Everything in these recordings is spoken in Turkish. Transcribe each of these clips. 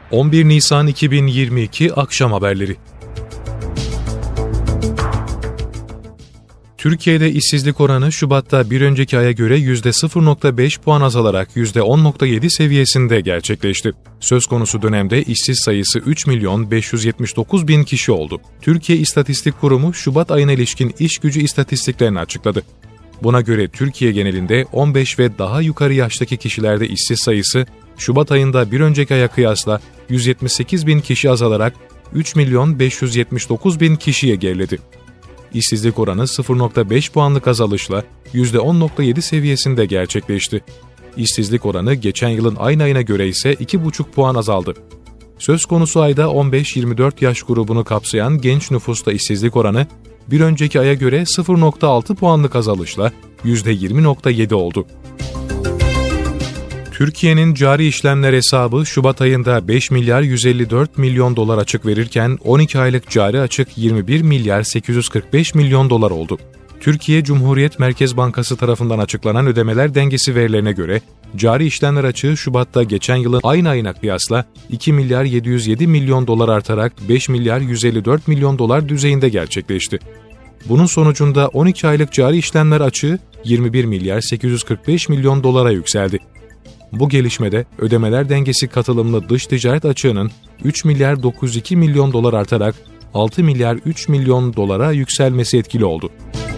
11 Nisan 2022 Akşam Haberleri. Türkiye'de işsizlik oranı Şubat'ta bir önceki aya göre %0.5 puan azalarak %10.7 seviyesinde gerçekleşti. Söz konusu dönemde işsiz sayısı 3.579.000 kişi oldu. Türkiye İstatistik Kurumu Şubat ayına ilişkin iş gücü istatistiklerini açıkladı. Buna göre Türkiye genelinde 15 ve daha yukarı yaştaki kişilerde işsiz sayısı Şubat ayında bir önceki aya kıyasla 178.000 kişi azalarak 3.579.000 kişiye geriledi. İşsizlik oranı 0.5 puanlık azalışla %10.7 seviyesinde gerçekleşti. İşsizlik oranı geçen yılın aynı ayına göre ise 2,5 puan azaldı. Söz konusu ayda 15-24 yaş grubunu kapsayan genç nüfusta işsizlik oranı bir önceki aya göre 0.6 puanlık azalışla %20.7 oldu. Türkiye'nin cari işlemler hesabı Şubat ayında 5 milyar 154 milyon dolar açık verirken 12 aylık cari açık 21 milyar 845 milyon dolar oldu. Türkiye Cumhuriyet Merkez Bankası tarafından açıklanan ödemeler dengesi verilerine göre cari işlemler açığı Şubat'ta geçen yılın aynı ayına kıyasla 2 milyar 707 milyon dolar artarak 5 milyar 154 milyon dolar düzeyinde gerçekleşti. Bunun sonucunda 12 aylık cari işlemler açığı 21 milyar 845 milyon dolara yükseldi. Bu gelişmede ödemeler dengesi katılımlı dış ticaret açığının 3 milyar 902 milyon dolar artarak 6 milyar 3 milyon dolara yükselmesi etkili oldu.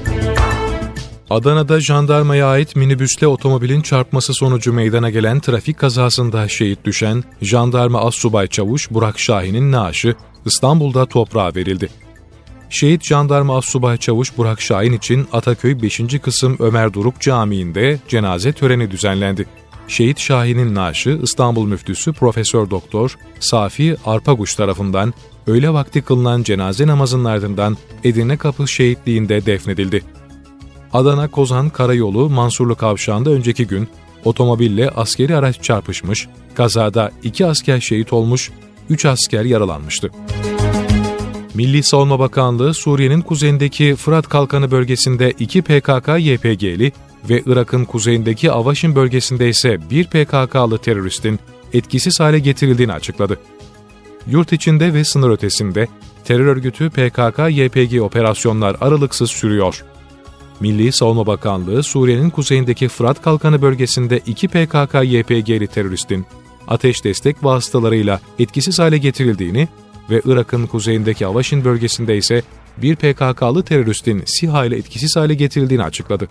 Adana'da jandarmaya ait minibüsle otomobilin çarpması sonucu meydana gelen trafik kazasında şehit düşen jandarma Assubay Çavuş Burak Şahin'in naaşı İstanbul'da toprağa verildi. Şehit jandarma Assubay Çavuş Burak Şahin için Ataköy 5. Kısım Ömer Doruk Camii'nde cenaze töreni düzenlendi. Şehit Şahin'in naaşı İstanbul Müftüsü Profesör Doktor Safi Arpaguç tarafından öğle vakti kılınan cenaze namazının ardından Edirne Kapı Şehitliği'nde defnedildi. Adana-Kozan Karayolu Mansurlu Kavşağı'nda önceki gün otomobille askeri araç çarpışmış, kazada 2 asker şehit olmuş, 3 asker yaralanmıştı. Milli Savunma Bakanlığı, Suriye'nin kuzeyindeki Fırat Kalkanı bölgesinde 2 PKK-YPG'li ve Irak'ın kuzeyindeki Avaşin bölgesinde ise 1 PKK'lı teröristin etkisiz hale getirildiğini açıkladı. Yurt içinde ve sınır ötesinde terör örgütü PKK-YPG operasyonlar aralıksız sürüyor. Milli Savunma Bakanlığı, Suriye'nin kuzeyindeki Fırat Kalkanı bölgesinde 2 PKK-YPG'li teröristin ateş destek vasıtalarıyla etkisiz hale getirildiğini ve Irak'ın kuzeyindeki Avaşin bölgesinde ise 1 PKK'lı teröristin SİHA ile etkisiz hale getirildiğini açıkladı.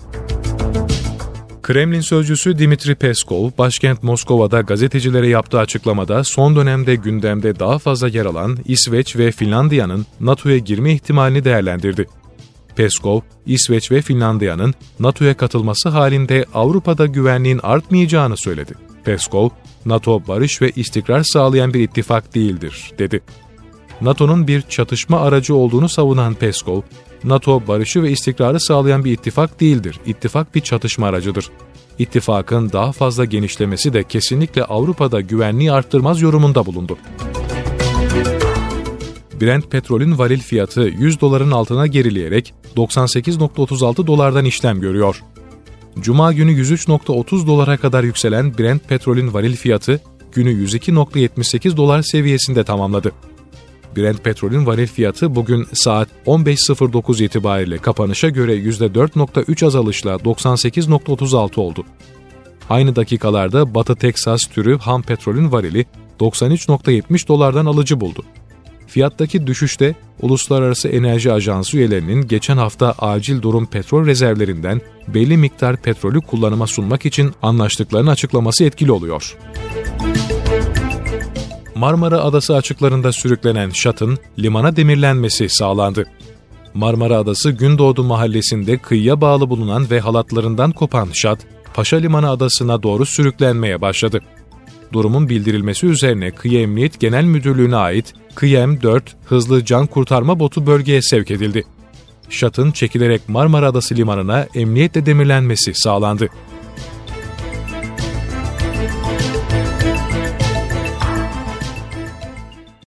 Kremlin sözcüsü Dmitri Peskov, başkent Moskova'da gazetecilere yaptığı açıklamada son dönemde gündemde daha fazla yer alan İsveç ve Finlandiya'nın NATO'ya girme ihtimalini değerlendirdi. Peskov, İsveç ve Finlandiya'nın NATO'ya katılması halinde Avrupa'da güvenliğin artmayacağını söyledi. Peskov, NATO barış ve istikrar sağlayan bir ittifak değildir, dedi. NATO'nun bir çatışma aracı olduğunu savunan Peskov, NATO barışı ve istikrarı sağlayan bir ittifak değildir, ittifak bir çatışma aracıdır. İttifakın daha fazla genişlemesi de kesinlikle Avrupa'da güvenliği arttırmaz yorumunda bulundu. Brent petrolün varil fiyatı 100 doların altına gerileyerek 98.36 dolardan işlem görüyor. Cuma günü 103.30 dolara kadar yükselen Brent petrolün varil fiyatı günü 102.78 dolar seviyesinde tamamladı. Brent petrolün varil fiyatı bugün saat 15.09 itibariyle kapanışa göre %4.3 azalışla 98.36 oldu. Aynı dakikalarda Batı Teksas türü ham petrolün varili 93.70 dolardan alıcı buldu. Fiyattaki düşüşte Uluslararası Enerji Ajansı üyelerinin geçen hafta acil durum petrol rezervlerinden belli miktar petrolü kullanıma sunmak için anlaştıklarını açıklaması etkili oluyor. Marmara Adası açıklarında sürüklenen şatın limana demirlenmesi sağlandı. Marmara Adası Gündoğdu mahallesinde kıyıya bağlı bulunan ve halatlarından kopan şat, Paşa Limanı Adası'na doğru sürüklenmeye başladı. Durumun bildirilmesi üzerine Kıyı Emniyet Genel Müdürlüğü'ne ait Kıyı 4 hızlı can kurtarma botu bölgeye sevk edildi. Şatın çekilerek Marmara Adası limanına emniyetle demirlenmesi sağlandı.